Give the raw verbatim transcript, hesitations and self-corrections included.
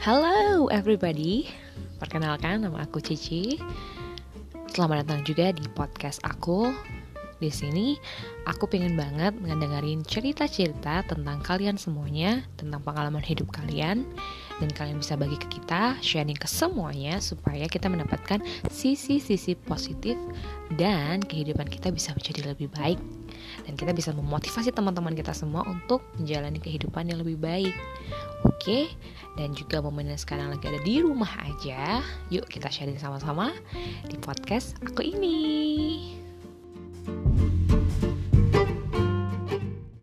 Hello everybody, perkenalkan nama aku Cici. Selamat datang juga di podcast aku. Di sini aku pengen banget ngedengerin cerita-cerita tentang kalian semuanya, tentang pengalaman hidup kalian, dan kalian bisa bagi ke kita, sharing ke semuanya supaya kita mendapatkan sisi-sisi positif dan kehidupan kita bisa menjadi lebih baik. Dan kita bisa memotivasi teman-teman kita semua untuk menjalani kehidupan yang lebih baik. Oke, dan juga momen yang sekarang lagi ada di rumah aja, yuk kita sharing sama-sama di podcast aku ini.